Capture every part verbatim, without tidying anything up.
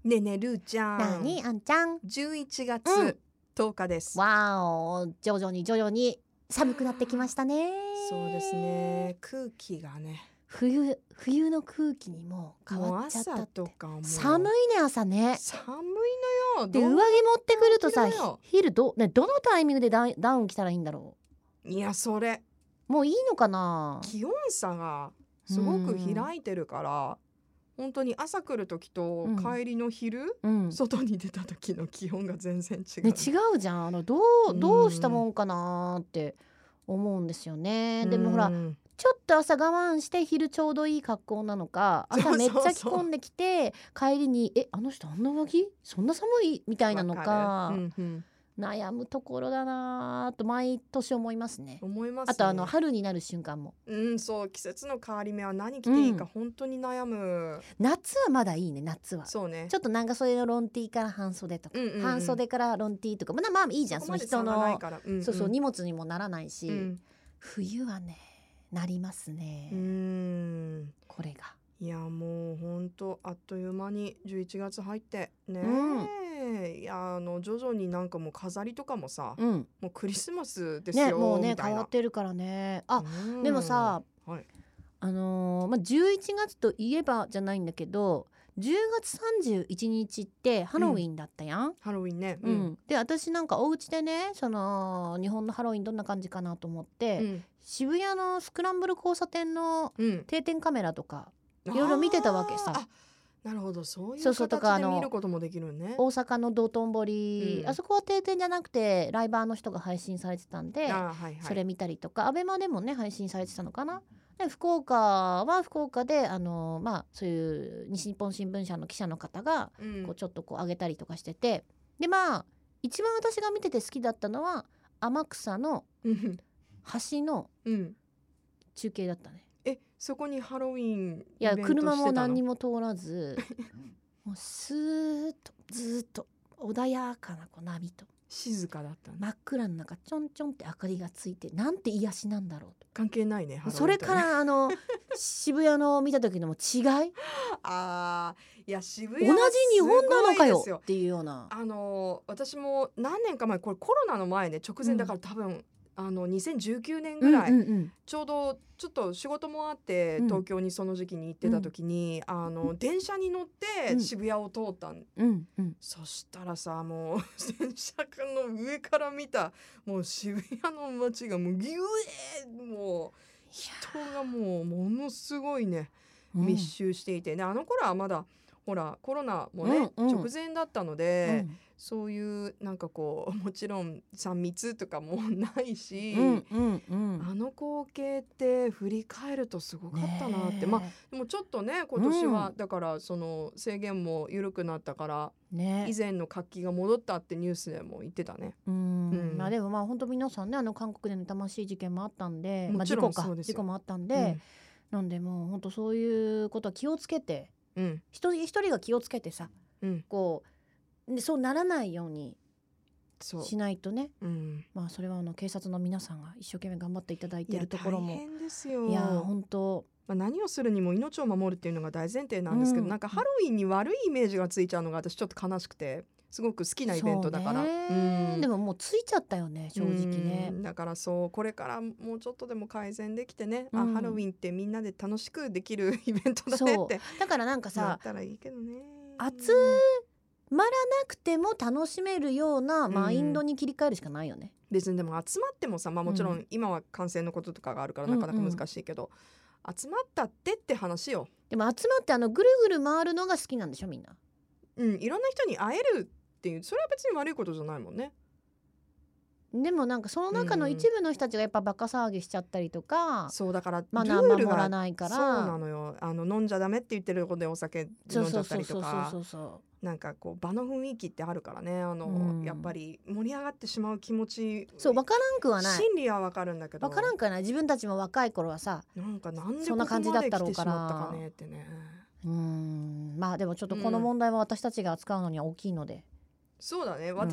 ねえねえるーちゃん、 なにあんちゃん。 じゅういちがつうんとおかです、 わお、徐々に徐々に寒くなってきましたね。 そうですね、空気がね、 冬冬の空気にもう変わっちゃったもうって。 朝とかも寒いね朝ね。 寒いのよ。 で上着持どうってくるとさ、 着るのよ昼どねどのタイミングでダウンダウン着たらいいんだろいやそれう。もういいのかな。 気温差がすごく開いてるから、本当に朝来る時と帰りの昼、 うん外に出た時の気温が全然違う、 ね、違うじゃん。あのどうどうしたもんかなって思うんですよね。でもほらうんちょっと朝我慢して昼ちょうどいい格好なのか、朝めっちゃ着込んできて帰りにえあの人あんな上着そんな寒いみたいなのか、 わかる、うんうん、 悩むところだなと毎年思いますね。 思いますね。 あとあの春になる瞬間も、 うんそう季節の変わり目は何着ていいか本当に悩む、 夏はまだいいね。夏はそうね、 ちょっと長袖のロンティーから半袖とか、 うんうんうん、 半袖からロンティーとかまあまあいいじゃん。その人の、 うんうん、 そうそう荷物にもならないし、 うん、 冬はねなりますね。 うーんこれがいやもうほんとあっという間にじゅういちがつ入ってね、うん、いやあの徐々になんかもう飾りとかもさ、うん、もうクリスマスですよ、 ね、もうねみたいな変わってるからね。あ、うん、でもさ、 はい、 あのーまあ、じゅういちがつといえばじゃないんだけどじゅうがつさんじゅういちにちってハロウィンだったやん、うん、 ハロウィンね、 うん、で私なんかお家でねその日本のハロウィンどんな感じかなと思って、うん、渋谷のスクランブル交差点の定点カメラとか、うん、いろいろ見てたわけさ。 なるほど、そういう形で見ることもできるね。 大阪の道頓堀、うん、あそこは定点じゃなくてライバーの人が配信されてたんで、はいはい、それ見たりとかアベマでもね配信されてたのかな。で福岡は福岡であの、まあ、そういう西日本新聞社の記者の方が、うん、こうちょっとこう上げたりとかしてて、でまあ一番私が見てて好きだったのは天草の橋の中継だったね。 えそこにハロウィンイベントしてたの？ いや車も何にも通らずもうスーッとずっと穏やかなこう波と静かだった、ね、 真っ暗の中ちょんちょんって明かりがついてなんて癒しなんだろうと。 関係ないね。 それからあの渋谷の見た時のも違いあいや渋谷同じ日本なのかよっていうような。 あの私も何年か前これコロナの前ね直前だから多分、うんあのにせんじゅうきゅうねんぐらい、うんうんうん、ちょうどちょっと仕事もあって東京にその時期に行ってた時に、うん、あの電車に乗って渋谷を通ったん、うんうん、そしたらさもう電車の上から見たもう渋谷の街がもうギュエーもう人がもうものすごいね密集していて、ね、あの頃はまだほらコロナもね、うんうん、直前だったので、うん、そういうなんかこうもちろんさん密とかもないし、うんうんうん、あの光景って振り返るとすごかったなって、まあでもちょっとね今年は、うん、だからその制限も緩くなったから、ね、以前の活気が戻ったってニュースでも言ってたね。 うん、うん、まあでもまあ本当皆さんねあの韓国での痛ましい事件もあったんで、まあ、事故か事故もあったんで、うん、なんでもう本当そういうことは気をつけて。うん、一人一人が気をつけてさ、うん、こうでそうならないようにしないとね、うん、まあそれはあの警察の皆さんが一生懸命頑張っていただいているところもいや大変ですよ。 いや本当、 まあ、何をするにも命を守るっていうのが大前提なんですけど、うん、なんかハロウィンに悪いイメージがついちゃうのが私ちょっと悲しくてすごく好きなイベントだから、う、 うん、でももうついちゃったよね正直ね、 うん、だからそうこれからもうちょっとでも改善できてね、うん、あハロウィンってみんなで楽しくできるイベントだねってだからなんかさなったらいいけどね、 集まらなくても楽しめるようなマインドに切り替えるしかないよね、 うん、別にでも集まってもさ、まあ、もちろん今は感染のこととかがあるからなかなか難しいけど、うんうん、集まったってって話よ。 でも集まってあのぐるぐる回るのが好きなんでしょみんな。 うんいろんな人に会えるっていうそれは別に悪いことじゃないもんね。 でもなんかその中の一部の人たちがやっぱバカ騒ぎしちゃったりとか、 うん、そうだからマナー守らないからそうなのよ。あの飲んじゃダメって言ってるとこでお酒飲んじゃったりとかなんかこう場の雰囲気ってあるからねあの、うん、やっぱり盛り上がってしまう気持ちそう分からんくはない。 心理は分かるんだけど分からんくはない。自分たちも若い頃はさなんかなんでここまで来てしまったかねってね。 うーんまあでもちょっとこの問題は私たちが扱うのには大きいので、 そうだね、私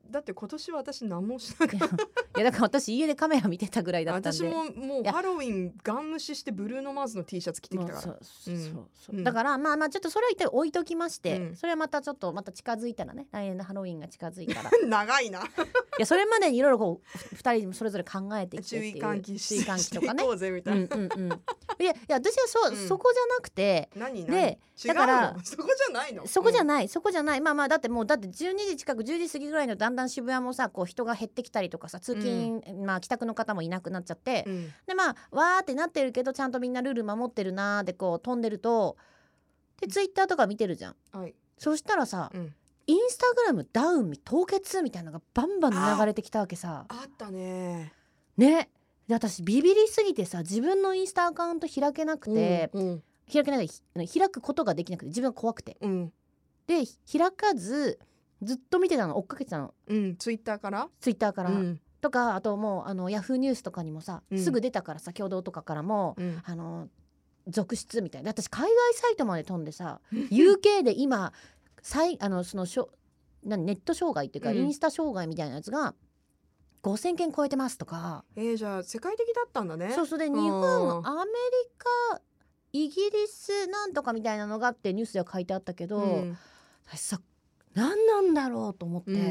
だって今年は私何もしなかった。いやだから私家でカメラ見てたぐらいだったんで。 私ももうハロウィンガン無視してブルーノマーズの T シャツ着てきたから。そうそうそうそう、うん、だからまあまあちょっとそれは一回置いときまして、うん、それはまたちょっとまた近づいたらね、来年のハロウィンが近づいたら長いないやそれまでにいろいろこうふたりそれぞれ考えてきて注意喚起注意喚起とかねこうぜみたいな、うんうんうん、 いやいや私はそ、うん、そこじゃなくて、 何でだからそこじゃないのそこじゃない、うん、そこじゃないまあまあだってもうだってじゅうにじ近くじゅうじ過ぎぐらいのだんだん渋谷もさこう人が減ってきたりとかさ通勤、うん、まあ帰宅の方もいなくなっちゃって、うん、でまあわーってなってるけどちゃんとみんなルール守ってるなーでこう飛んでるとでツイッターとか見てるじゃん、はい、そしたらさ、うん、インスタグラムダウン凍結みたいなのがバンバン流れてきたわけさ。 あったねねで私ビビりすぎてさ自分のインスタアカウント開けなくて、うんうん、開けないで開くことができなくて自分が怖くて、うん、で開かずずっと見てたの追っかけてたの、 うん、ツイッターからツイッターから、うん、とかあともうあのヤフーニュースとかにもさ、うん、すぐ出たからさ共同とかからも、うん、あの続出みたいな私海外サイトまで飛んでさユーケー で今あのそのしょ何ネット障害っていうか、うん、インスタ障害みたいなやつがごせんけん超えてますとか。 えー、じゃあ世界的だったんだね。 そうそうで日本アメリカイギリスなんとかみたいなのがあってニュースでは書いてあったけど、うん、私さ何なんだろうと思って、うんうん、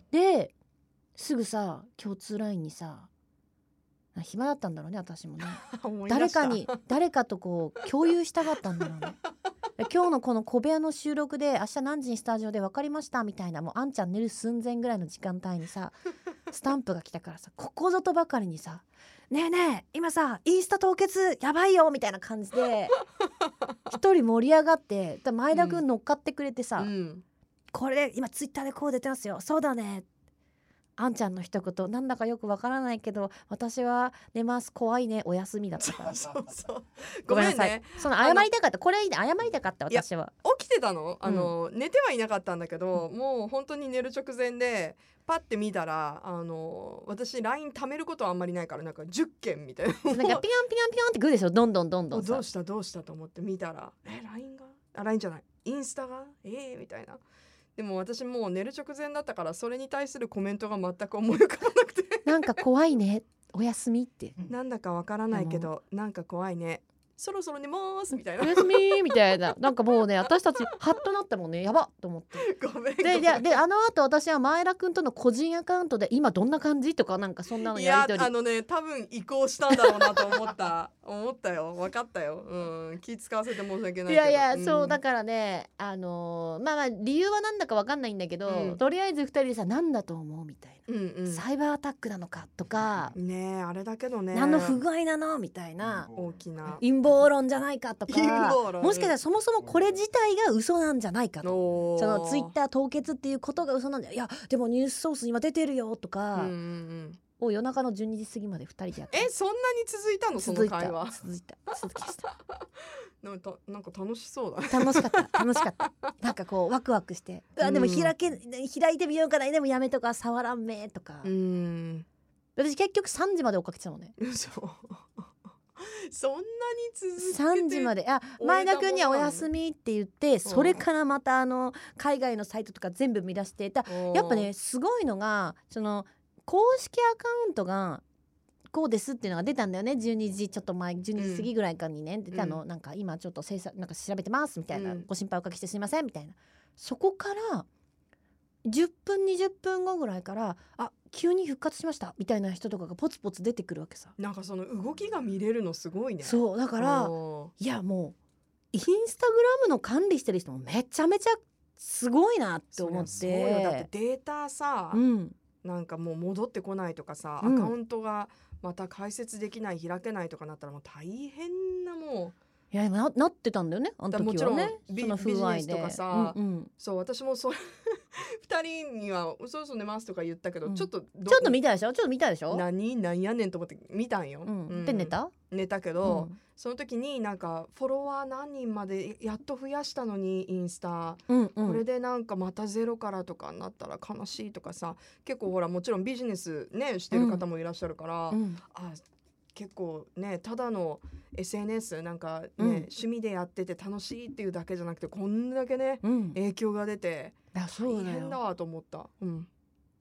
ですぐさ共通 ライン にさ暇だったんだろうね私もね誰かに誰かとこう共有したかったんだろうね今日のこの小部屋の収録で明日何時にスタジオで分かりましたみたいなもうあんちゃん寝る寸前ぐらいの時間帯にさスタンプが来たからさここぞとばかりにさねえねえ今さインスタ凍結やばいよみたいな感じで一人盛り上がって前田くん乗っかってくれてさ、うん、これ今ツイッターでこう出てますよそうだねあんちゃんの一言なんだかよくわからないけど私は寝ます怖いねお休みだったからそうそうごめんなさい、ね、その謝りたかったこれ謝りたかった私は起きてたのあの、うん、寝てはいなかったんだけど、うん、もう本当に寝る直前でパッて見たらあの私 ライン 貯めることはあんまりないからなんかじゅっけんみたいななんかピヨンピヨンピヨンってくるでしょどんどんどんどんさどうしたどうしたと思って見たらえ ライン があ ライン じゃないインスタがえー、みたいなでも私もう寝る直前だったからそれに対するコメントが全く思い浮かばなくてなんか怖いねおやすみってなんだかわからないけどなんか怖いねそろそろ寝ますみたいなおやすみみたいななんかもうね私たちハッとなったもんねやばっと思ってごめんででであの後私は前田くんとの個人アカウントで今どんな感じとかなんかそんなのやり取りいやあのね多分移行したんだろうなと思った思ったよ分かったよ、うん、気使わせて申し訳ないけどいやいや、うん、そうだからねあのー、まあまあ理由はなんだか分かんないんだけど、うん、とりあえずふたりでさ何だと思うみたいな、うんうん、サイバーアタックなのかとかねえあれだけどね何の不具合なのみたいな大きな陰謀論じゃないかとかもしかしたらそもそもこれ自体が嘘なんじゃないかとそのツイッター凍結っていうことが嘘なんだよいやでもニュースソース今出てるよとか、うんうんうんを夜中のじゅうにじ過ぎまでふたりでやってえそんなに続いたのその会話続いた続きしたなんかなんか楽しそうだ楽しかった楽しかったなんかこうワクワクしてうわでも開け、うん、開いてみようかなでもやめとか触らんめとかうん私結局さんじまで追っかけてたのねそうそんなに続けてさんじまであ前田くんにはお休みって言ってそれからまたあの海外のサイトとか全部見出してたやっぱねすごいのがその公式アカウントがこうですっていうのが出たんだよねじゅうにじちょっと前じゅうにじ過ぎぐらいかにね、うん、出たの、うん、なんか今ちょっと精査なんか調べてますみたいな、うん、ご心配おかけしてすいませんみたいなそこからじゅっぷんにじゅっぷんごぐらいからあ急に復活しましたみたいな人とかがポツポツ出てくるわけさなんかその動きが見れるのすごいねそうだからいやもうインスタグラムの管理してる人もめちゃめちゃすごいなって思ってそうよだってデータさ、うんなんかもう戻ってこないとかさ、うん、アカウントがまた開設できない開けないとかなったらもう大変なもういや な, なってたんだよねあの時はねもちろんビ, そのビジネスとかさ、うんうん、そう私もそふたりにはそろそろ寝ますとか言ったけど、うん、ちょっとちょっと見たでしょちょっと見たでしょ何何やねんと思って見たんよ、 うんうん、で寝た寝たけど、うん、その時になんかフォロワー何人までやっと増やしたのにインスタ、うんうん、これでなんかまたゼロからとかになったら悲しいとかさ結構ほらもちろんビジネスねしてる方もいらっしゃるから、うん、あ結構ねただの エスエヌエス なんかね、うん、趣味でやってて楽しいっていうだけじゃなくてこんだけね、うん、影響が出て大変だわと思った、うん、 と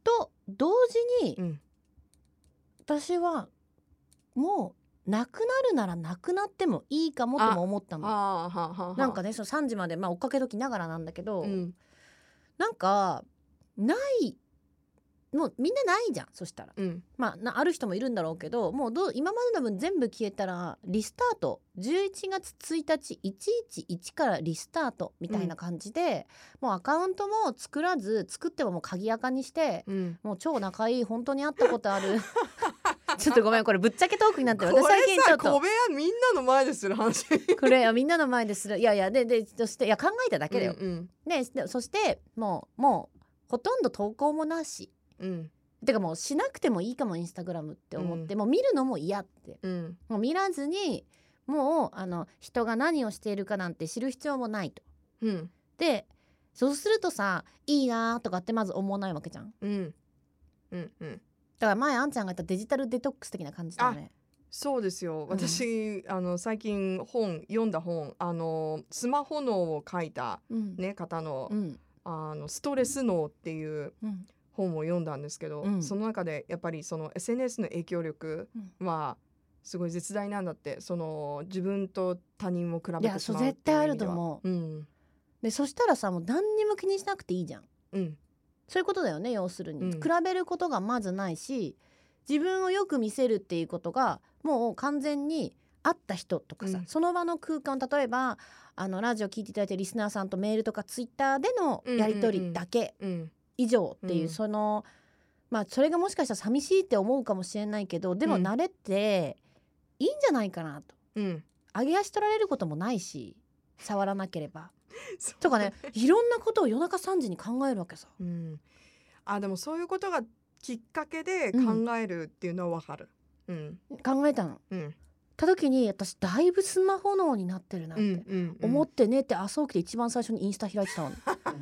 同時に、うん、私はもうなくなるならなくなってもいいかもとも思ったの。あはははなんかねそのさんじまで、まあ、追っかけときながらなんだけど、うん、なんかないもうみんなないじゃんそしたら、うん、まあなある人もいるんだろうけどもうどう今までの分全部消えたらリスタートじゅういちがつついたちいちいちいちからリスタートみたいな感じで、うん、もうアカウントも作らず作ってももう鍵垢にして、うん、もう超仲いい本当に会ったことあるちょっとごめんこれぶっちゃけトークになってる。私最近ちょっと小部屋みんなの前でする話これみんなの前でするいやいやででそしていや考えただけだよ、うんうん、ででそしてもうもうほとんど投稿もなし、うん、てかもうしなくてもいいかもインスタグラムって思って、うん、もう見るのも嫌って、うん、もう見らずにもうあの人が何をしているかなんて知る必要もないと、うん、でそうするとさいいなとかってまず思わないわけじゃん、うんうんうん、だから前あんちゃんが言ったデジタルデトックス的な感じだよね。 そうですよ私、うん、あの最近本読んだ本あのスマホ脳を書いた、ねうん、方の、うん、あのストレス脳っていう、うん本を読んだんですけど、うん、その中でやっぱりその エスエヌエス の影響力はすごい絶大なんだって、その自分と他人を比べてしまうっていう意味では。いやそう絶対あると思う、うん、でそしたらさもう何にも気にしなくていいじゃん、うん、そういうことだよね要するに、うん、比べることがまずないし自分をよく見せるっていうことがもう完全に会った人とかさ、うん、その場の空間例えばあのラジオ聞いていただいてリスナーさんとメールとかツイッターでのやり取りだけ、うんうんうん以上っていう、うん、そのまあそれがもしかしたら寂しいって思うかもしれないけどでも慣れっていいんじゃないかなと、うん、上げ足取られることもないし触らなければとかねいろんなことを夜中さんじに考えるわけさ、うん、 あでもそういうことがきっかけで考えるっていうのは分かる、 うんうん、考えたの、うんた時に私だいぶスマホ脳になってるなって思ってねって朝起きて一番最初にインスタ開いてたの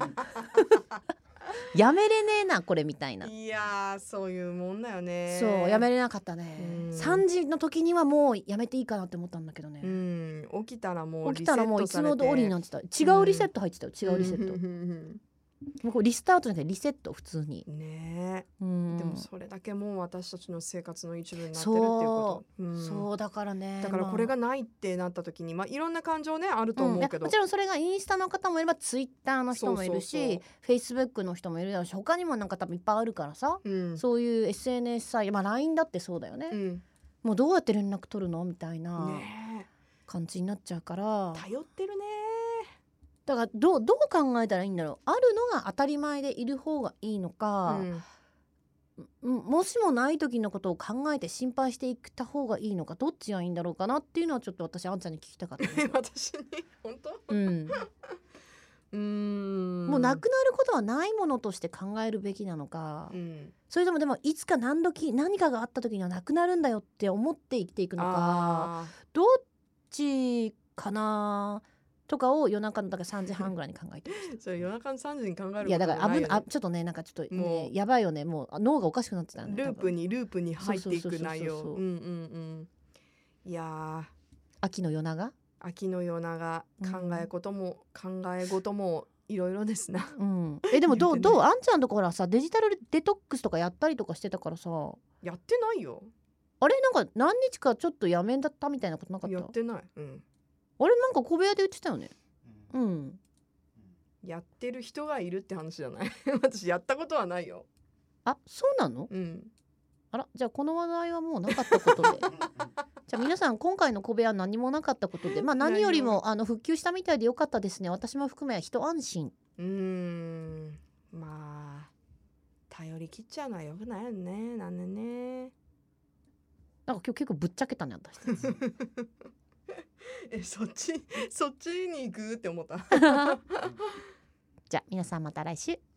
やめれねえなこれみたいな。 いやそういうもんだよね。 そうやめれなかったね、うん、さんじの時にはもうやめていいかなって思ったんだけどね、うん、起きたらもうリセットされて起きたらもういつも通りになってた。違うリセット入ってたよ、うん、違うリセットもうこれリスタートじゃなくてリセット普通にねえ、うん、でもそれだけもう私たちの生活の一部になってるっていうこと、 うん、そうだからねだからこれがないってなった時に、まあ、いろんな感情ねあると思うけど、うん、 もちろんそれがインスタの方もいればツイッターの人もいるしフェイスブックの人もいるだろうし他にもなんか多分いっぱいあるからさ、うん、そういう エスエヌエス サイト、まあ、ライン だってそうだよね、うん、もうどうやって連絡取るのみたいな感じになっちゃうから、 ね、頼ってるね。 だからどう、どう考えたらいいんだろう。あるのが当たり前でいる方がいいのか、うん、もしもない時のことを考えて心配していった方がいいのかどっちがいいんだろうかなっていうのはちょっと私あんちゃんに聞きたかった、 ね、私に本当、うん、 うーんもうなくなることはないものとして考えるべきなのか、うん、それともでもいつか何時何かがあった時にはなくなるんだよって思って生きていくのかどっちかなとかを夜中のだからさんじはんぐらいに考えてましたそれ夜中のさんじに考えることないよね。 いやだから危なあちょっとねなんかちょっとねやばいよねもう脳がおかしくなってたねループにループに入っていく内容うんうんうんいや秋の夜長秋の夜長考え事も、うん、考え事もいろいろですな、 うん、えでもどうどうあんちゃんところはさデジタルデトックスとかやったりとかしてたからさやってないよ。 あれなんか何日かちょっとやめんだったみたいなことなかった？ やってない、うんあれなんか小部屋で言ってたよね、うん、うん、 やってる人がいるって話じゃない私やったことはないよ。 あ、そうなの？うん。あら、じゃあこの話題はもうなかったことでじゃあ皆さん今回の小部屋何もなかったことでまあ何よりもあの復旧したみたいでよかったですね。私も含め一安心。 うーんまあ頼り切っちゃうのはよくないよね。なんでねなんか今日結構ぶっちゃけたね私たちえそっちそっちに行くって思ったじゃあ皆さんまた来週。